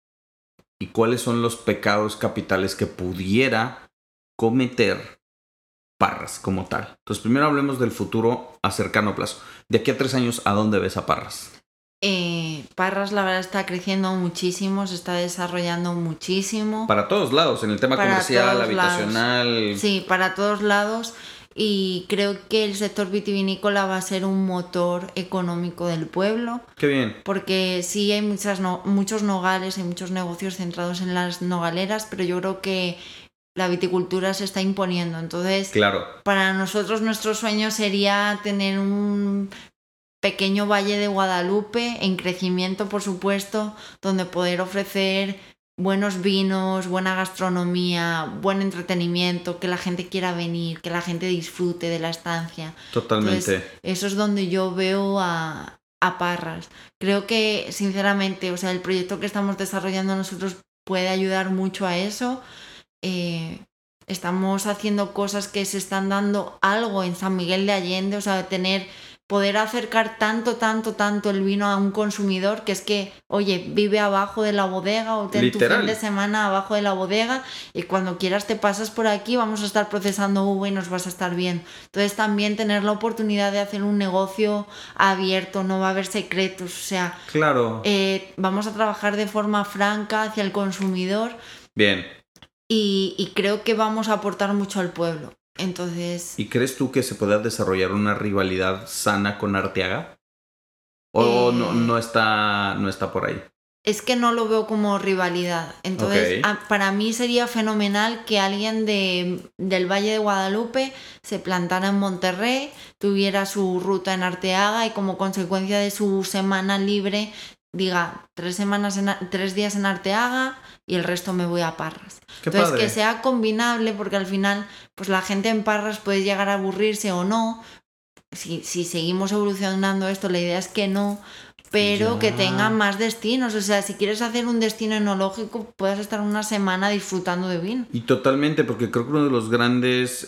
¿Y cuáles son los pecados capitales que pudiera cometer Parras como tal? Entonces, primero hablemos del futuro a cercano plazo. De aquí a tres años, ¿a dónde ves a Parras? Eh, Parras, la verdad, está creciendo muchísimo, se está desarrollando muchísimo. Para todos lados, en el tema para comercial, habitacional. Lados. Sí, para todos lados. Y creo que el sector vitivinícola va a ser un motor económico del pueblo. Qué bien. Porque sí hay muchas no, muchos nogales, hay muchos negocios centrados en las nogaleras, pero yo creo que la viticultura se está imponiendo. Entonces, claro. Para nosotros nuestro sueño sería tener un pequeño valle de Guadalupe en crecimiento, por supuesto, donde poder ofrecer buenos vinos, buena gastronomía, buen entretenimiento, que la gente quiera venir, que la gente disfrute de la estancia. Totalmente. Entonces, eso es donde yo veo a, a Parras. Creo que, sinceramente, o sea, el proyecto que estamos desarrollando nosotros puede ayudar mucho a eso. Eh, estamos haciendo cosas que se están dando algo en San Miguel de Allende, o sea, tener, poder acercar tanto, tanto, tanto el vino a un consumidor que es que, oye, vive abajo de la bodega o ten Literal. tu fin de semana abajo de la bodega y cuando quieras te pasas por aquí, vamos a estar procesando uva y nos vas a estar bien. Entonces también tener la oportunidad de hacer un negocio abierto, no va a haber secretos, o sea, claro. eh, vamos a trabajar de forma franca hacia el consumidor. Bien. Y, y creo que vamos a aportar mucho al pueblo. Entonces... ¿Y crees tú que se pueda desarrollar una rivalidad sana con Arteaga? ¿O eh, no, no, está, no está por ahí? Es que no lo veo como rivalidad. Entonces, okay. a, para mí sería fenomenal que alguien de, del Valle de Guadalupe se plantara en Monterrey, tuviera su ruta en Arteaga y como consecuencia de su semana libre diga tres semanas en, tres días en Arteaga y el resto me voy a Parras. Qué Entonces padre. Que sea combinable porque al final pues la gente en Parras puede llegar a aburrirse o no. Si, si seguimos evolucionando esto, la idea es que no, pero ya. Que tengan más destinos. O sea, si quieres hacer un destino enológico, puedes estar una semana disfrutando de vino. Y totalmente, porque creo que uno de los grandes,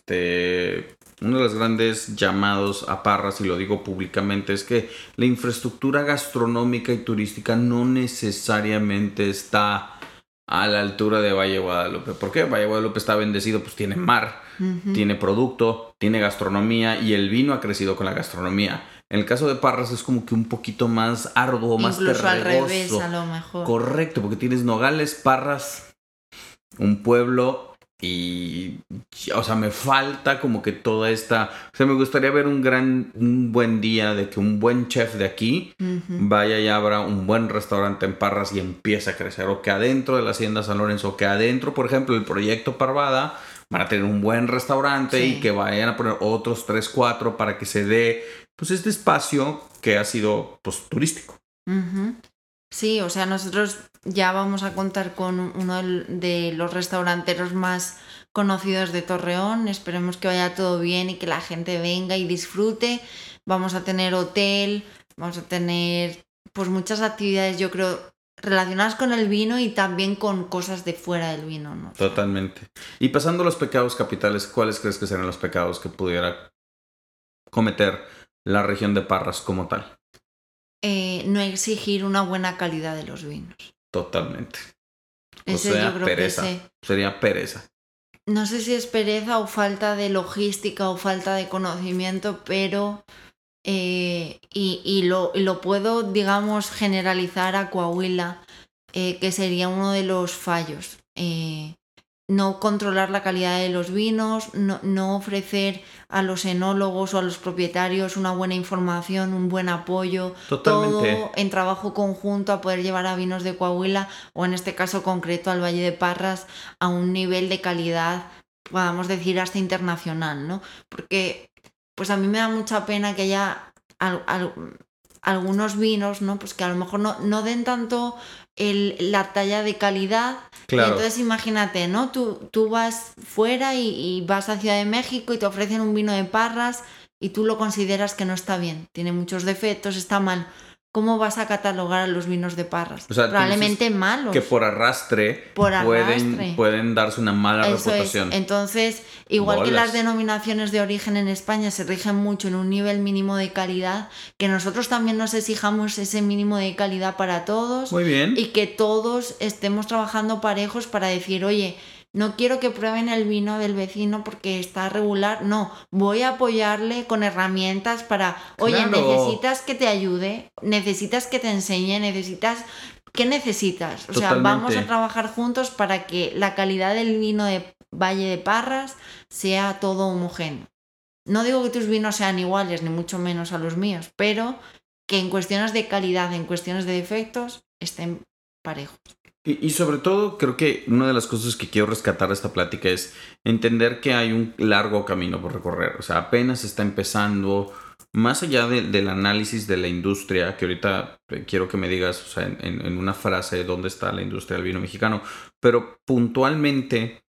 este, uno de los grandes llamados a Parras, y lo digo públicamente, es que la infraestructura gastronómica y turística no necesariamente está a la altura de Valle Guadalupe. ¿Por qué? Valle Guadalupe está bendecido, pues tiene mar, uh-huh. tiene producto, tiene gastronomía y el vino ha crecido con la gastronomía. En el caso de Parras es como que un poquito más arduo, más Incluso terregoso. Al revés, a lo mejor. Correcto, porque tienes Nogales, Parras, un pueblo Y, o sea, me falta como que toda esta... O sea, me gustaría ver un gran, un buen día de que un buen chef de aquí Ujú. vaya y abra un buen restaurante en Parras y empiece a crecer. O que adentro de la Hacienda San Lorenzo, o que adentro, por ejemplo, el proyecto Parvada, van a tener un buen restaurante Sí. y que vayan a poner otros tres, cuatro para que se dé, pues, este espacio que ha sido, pues, turístico. Ujú. Sí, o sea, nosotros ya vamos a contar con uno del- de los restauranteros más conocidos de Torreón. Esperemos que vaya todo bien y que la gente venga y disfrute. Vamos a tener hotel, vamos a tener pues muchas actividades, yo creo, relacionadas con el vino y también con cosas de fuera del vino, ¿no? O sea, Totalmente. Y pasando a los pecados capitales, ¿cuáles crees que serán los pecados que pudiera cometer la región de Parras como tal? eh, no exigir una buena calidad de los vinos. Totalmente. O Ese sea, yo creo pereza. que ese... Sería pereza. No sé si es pereza o falta de logística o falta de conocimiento, pero eh, y, y, lo, y lo puedo, digamos, generalizar a Coahuila, eh, que sería uno de los fallos. Eh, no controlar la calidad de los vinos, no, no ofrecer a los enólogos o a los propietarios una buena información, un buen apoyo, Totalmente. todo en trabajo conjunto a poder llevar a vinos de Coahuila, o en este caso concreto al Valle de Parras, a un nivel de calidad, podamos decir, hasta internacional, ¿no? Porque pues a mí me da mucha pena que haya al, al, algunos vinos, ¿no? Pues que a lo mejor no, no den tanto el, la talla de calidad. Claro. Y entonces imagínate, ¿no? Tú, tú vas fuera y, y vas a Ciudad de México y te ofrecen un vino de Parras y tú lo consideras que no está bien, tiene muchos defectos, está mal. ¿Cómo vas a catalogar a los vinos de Parras? O sea, probablemente malos. Que por arrastre, por arrastre. Pueden, pueden darse una mala Eso reputación. Es. Entonces, igual Bolas. que las denominaciones de origen en España se rigen mucho en un nivel mínimo de calidad, que nosotros también nos exijamos ese mínimo de calidad para todos. Muy bien. Y que todos estemos trabajando parejos para decir, oye, no quiero que prueben el vino del vecino porque está regular. No, voy a apoyarle con herramientas para, oye, Claro. necesitas que te ayude, necesitas que te enseñe, necesitas... ¿Qué necesitas? O sea, Totalmente. vamos a trabajar juntos para que la calidad del vino de Valle de Parras sea todo homogéneo. No digo que tus vinos sean iguales, ni mucho menos a los míos, pero que en cuestiones de calidad, en cuestiones de defectos, estén parejos. Y, y sobre todo, creo que una de las cosas que quiero rescatar de esta plática es entender que hay un largo camino por recorrer. O sea, apenas está empezando. Más allá de, del análisis de la industria, que ahorita quiero que me digas, o sea, en, en una frase, dónde está la industria del vino mexicano, pero puntualmente,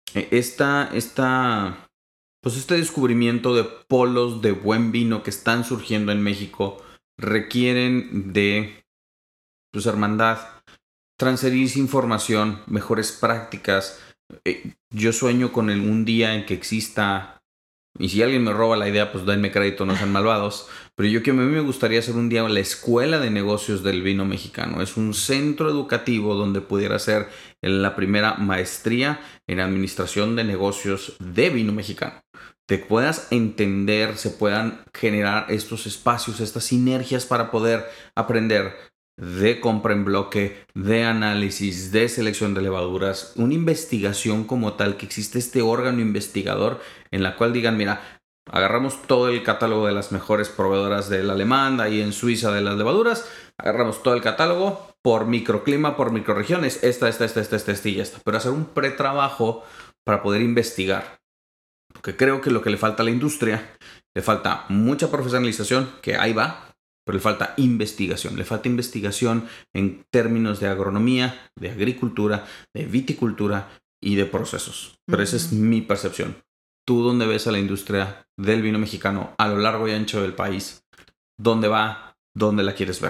esta, esta, pues este descubrimiento de polos de buen vino que están surgiendo en México requieren de, pues, hermandad, transferirse información, mejores prácticas. Eh, yo sueño con el, un día en que exista... Y si alguien me roba la idea, pues denme crédito, no sean malvados. Pero yo que a mí me gustaría hacer un día la escuela de negocios del vino mexicano. Es un centro educativo donde pudiera ser la primera maestría en administración de negocios de vino mexicano. Te puedas entender, se puedan generar estos espacios, estas sinergias para poder aprender de compra en bloque, de análisis, de selección de levaduras, una investigación como tal, que existe este órgano investigador en la cual digan, mira, agarramos todo el catálogo de las mejores proveedoras del alemán, ahí en Suiza de las levaduras, agarramos todo el catálogo por microclima, por microregiones, esta, esta, esta, esta, esta, esta y esta, pero hacer un pretrabajo para poder investigar, porque creo que lo que le falta a la industria, le falta mucha profesionalización, que ahí va, pero le falta investigación, le falta investigación en términos de agronomía, de agricultura, de viticultura y de procesos. Pero uh-huh. Esa es mi percepción. ¿Tú dónde ves a la industria del vino mexicano a lo largo y ancho del país? ¿Dónde va? ¿Dónde la quieres ver?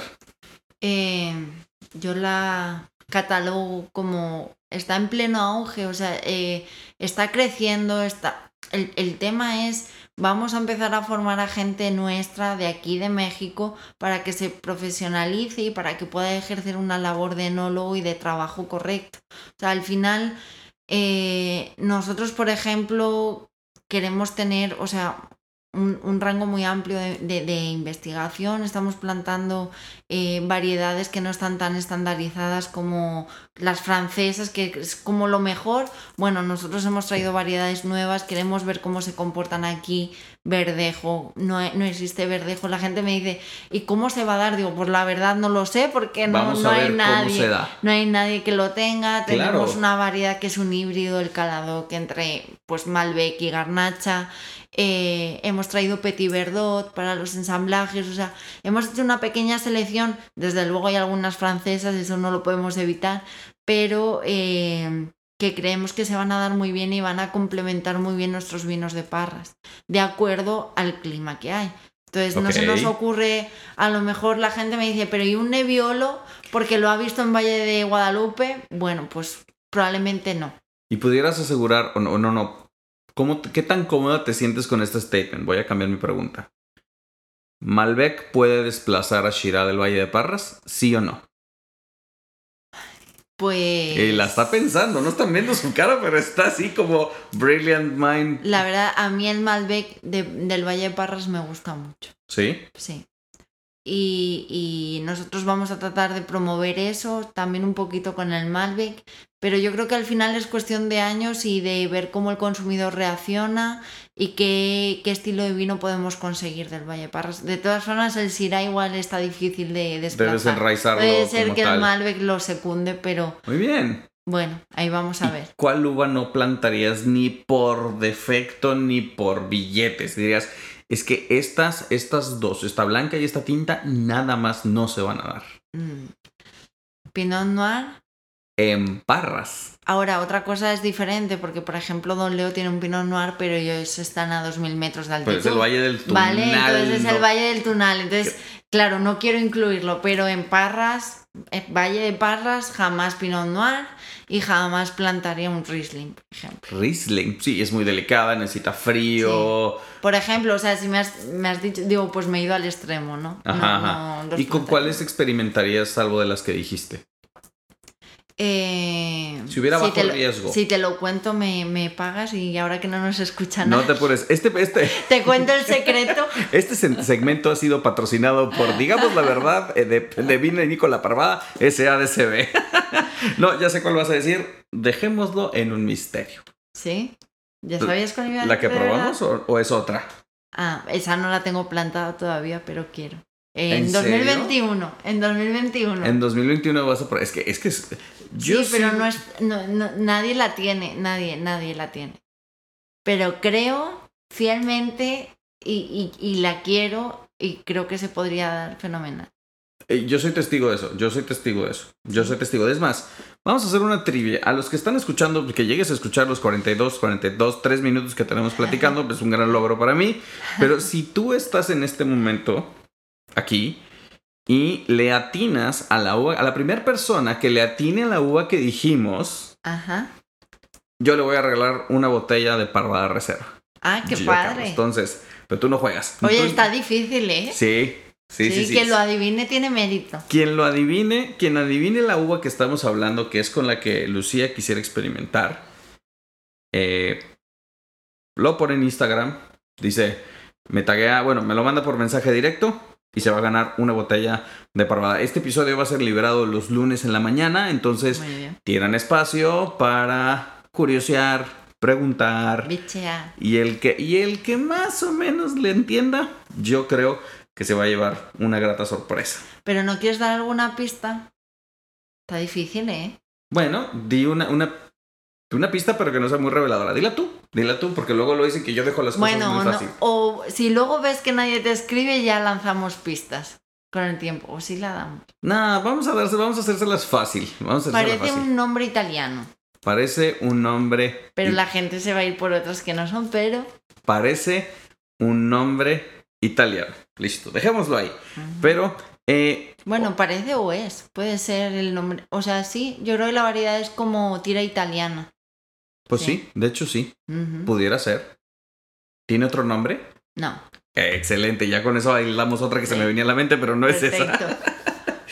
Eh, yo la catalogo como está en pleno auge, o sea, eh, está creciendo, está... El, el tema es, vamos a empezar a formar a gente nuestra de aquí de México para que se profesionalice y para que pueda ejercer una labor de enólogo y de trabajo correcto. O sea, al final, eh, nosotros, por ejemplo, queremos tener, o sea, un, un rango muy amplio de, de, de investigación. Estamos plantando eh, variedades que no están tan estandarizadas como las francesas, que es como lo mejor. Bueno, nosotros hemos traído variedades nuevas, queremos ver cómo se comportan aquí. Verdejo, no, no existe verdejo. La gente me dice, ¿y cómo se va a dar? Digo, pues la verdad no lo sé, porque no, Vamos no a ver hay nadie, cómo se da. no hay nadie que lo tenga. Tenemos Claro. una variedad que es un híbrido, el calado, que entre pues Malbec y Garnacha. Eh, hemos traído Petit Verdot para los ensamblajes, o sea, hemos hecho una pequeña selección. Desde luego hay algunas francesas, eso no lo podemos evitar, pero eh, que creemos que se van a dar muy bien y van a complementar muy bien nuestros vinos de Parras, de acuerdo al clima que hay. Entonces okay. No se nos ocurre, a lo mejor la gente me dice, pero ¿y un Nebbiolo? Porque lo ha visto en Valle de Guadalupe. Bueno, pues probablemente no. ¿Y pudieras asegurar, o no, no, no, ¿cómo, qué tan cómoda te sientes con este statement? Voy a cambiar mi pregunta. ¿Malbec puede desplazar a Shiraz del Valle de Parras? ¿Sí o no? Pues... Eh, la está pensando, no están viendo su cara, pero está así como brilliant mind. La verdad, a mí el Malbec de, del Valle de Parras me gusta mucho. ¿Sí? Sí. Y, y nosotros vamos a tratar de promover eso también un poquito con el Malbec, pero yo creo que al final es cuestión de años y de ver cómo el consumidor reacciona y qué, qué estilo de vino podemos conseguir del Valle de Parras. De todas formas, el Syrah igual está difícil de desplazar. Debes enraizarlo. Puede ser como que tal. el Malbec lo secunde, pero... Muy bien. Bueno, ahí vamos a ver. ¿Cuál uva no plantarías ni por defecto ni por billetes? Dirías, es que estas, estas dos, esta blanca y esta tinta, nada más no se van a dar. Mm. Pinot Noir. En Parras. Ahora, otra cosa es diferente, porque por ejemplo Don Leo tiene un Pinot Noir, pero ellos están a dos mil metros de altitud. Pues es el Valle del Tunal. Vale, entonces es el Valle del Tunal. Entonces, claro, no quiero incluirlo, pero en Parras, en Valle de Parras, jamás Pinot Noir y jamás plantaría un Riesling, por ejemplo. Riesling, sí, es muy delicada, necesita frío. Sí. Por ejemplo, o sea, si me has, me has dicho, digo, pues me he ido al extremo, ¿no? Ajá, no, ajá. No ¿Y con cuáles experimentarías salvo de las que dijiste? Eh, si hubiera si bajo te lo, riesgo. Si te lo cuento, me, me pagas y ahora que no nos escuchan. No te pones. Este, este, te cuento el secreto. Este segmento ha sido patrocinado por, digamos la verdad, de, de Vino y Nicola Parvada, S A D C B. No, ya sé cuál vas a decir. Dejémoslo en un misterio. ¿Sí? ¿Ya sabías cuál iba a ¿La que probamos o, o es otra? Ah, esa no la tengo plantada todavía, pero quiero. En ¿En dos mil veintiuno. En dos mil veintiuno. En dos mil veintiuno vas a probar. Es que es que es, yo sí, pero sí... no es no, no, nadie la tiene, nadie, nadie la tiene. Pero creo fielmente y, y, y la quiero y creo que se podría dar fenomenal. Yo soy testigo de eso, yo soy testigo de eso. Yo soy testigo de Es más, vamos a hacer una trivia. A los que están escuchando, que llegues a escuchar los cuarenta y dos, cuarenta y dos, tres minutos que tenemos platicando, pues es un gran logro para mí. Pero si tú estás en este momento aquí y le atinas a la uva, a la primera persona que le atine a la uva que dijimos, ajá, yo le voy a regalar una botella de Parvada Reserva. Ah, qué Gio padre. Carlos. Entonces, pero tú no juegas. Oye, tú... está difícil, ¿eh? Sí. Sí, sí, sí, sí. Quien lo adivine tiene mérito. Quien lo adivine, quien adivine la uva que estamos hablando, que es con la que Lucía quisiera experimentar, eh, lo pone en Instagram, dice, me taguea, bueno, me lo manda por mensaje directo y se va a ganar una botella de Parvada. Este episodio va a ser liberado los lunes en la mañana, entonces tienen espacio para curiosear, preguntar. Bichear. Y el que, y el que más o menos le entienda, yo creo que se va a llevar una grata sorpresa. ¿Pero no quieres dar alguna pista? Está difícil, ¿eh? Bueno, di una, una, una pista, pero que no sea muy reveladora. Dila tú, dila tú, porque luego lo dicen que yo dejo las cosas bueno, muy fácil. No, o si luego ves que nadie te escribe, ya lanzamos pistas con el tiempo. O si la damos. Nah, vamos a darse, vamos a hacérselas fácil. Vamos a Parece fácil. un nombre italiano. Parece un nombre... Pero y... la gente se va a ir por otros que no son, pero... Parece un nombre italiano. Listo, dejémoslo ahí. Uh-huh. Pero... Eh, bueno, parece o es. Puede ser el nombre. O sea, sí, yo creo que la variedad es como tira italiana. Pues sí, sí de hecho sí. Uh-huh. Pudiera ser. ¿Tiene otro nombre? No. Eh, excelente, ya con eso aislamos otra que sí. se me venía a la mente, pero no Perfecto. es esa.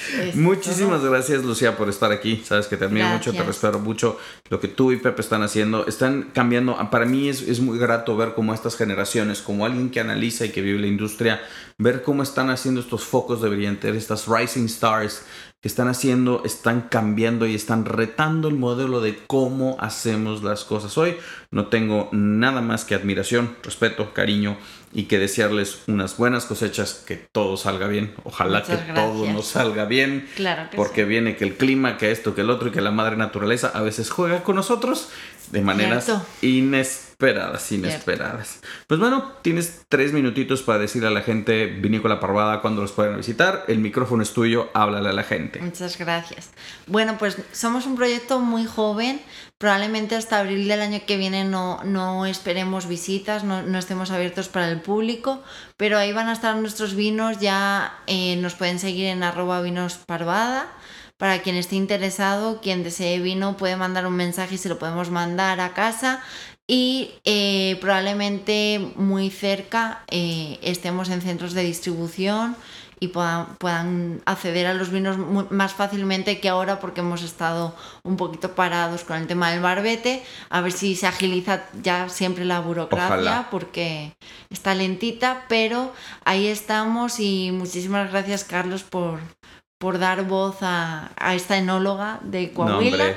Es Muchísimas todo. gracias, Lucía, por estar aquí. Sabes que te admiro mucho, te Gracias. respeto mucho. Lo que tú y Pepe están haciendo, están cambiando. Para mí es, es muy grato ver cómo estas generaciones, como alguien que analiza y que vive la industria, ver cómo están haciendo estos focos de brillantez, estas rising stars que están haciendo, están cambiando y están retando el modelo de cómo hacemos las cosas hoy. No tengo nada más que admiración, respeto, cariño y que desearles unas buenas cosechas, que todo salga bien. Ojalá Muchas que gracias. todo nos salga bien. Claro que Porque sí. viene que el clima, que esto, que el otro y que la madre naturaleza a veces juega con nosotros de maneras Cierto. inesperadas, inesperadas. Pues bueno, tienes tres minutitos para decirle a la gente Vinícola Parvada cuando los pueden visitar. El micrófono es tuyo, háblale a la gente. Muchas gracias. Bueno, pues somos un proyecto muy joven. Probablemente hasta abril del año que viene no, no esperemos visitas, no, no estemos abiertos para el público, pero ahí van a estar nuestros vinos. Ya eh, nos pueden seguir en arroba vinos parvada. Para quien esté interesado, quien desee vino puede mandar un mensaje y se lo podemos mandar a casa. Y eh, probablemente muy cerca eh, estemos en centros de distribución y puedan, puedan acceder a los vinos muy, más fácilmente que ahora, porque hemos estado un poquito parados con el tema del barbete. A ver si se agiliza ya siempre la burocracia. Ojalá. Porque está lentita, pero ahí estamos. Y muchísimas gracias, Carlos, por, por dar voz a, a esta enóloga de Coahuila. No, hombre.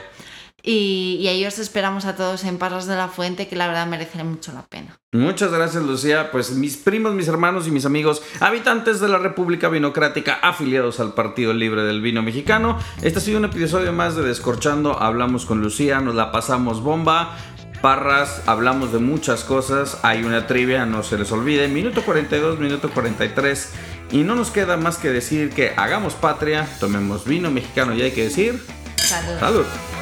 Y, y ahí os esperamos a todos en Parras de la Fuente, que la verdad merece mucho la pena. Muchas gracias, Lucía. Pues mis primos, mis hermanos y mis amigos, habitantes de la República Vinocrática, afiliados al Partido Libre del Vino Mexicano, este ha sido un episodio más de Descorchando. Hablamos con Lucía, nos la pasamos bomba. Parras, hablamos de muchas cosas. Hay una trivia, no se les olvide. Minuto cuarenta y dos, minuto cuarenta y tres. Y no nos queda más que decir que hagamos patria, tomemos vino mexicano y hay que decir... Saludos. ¡Salud!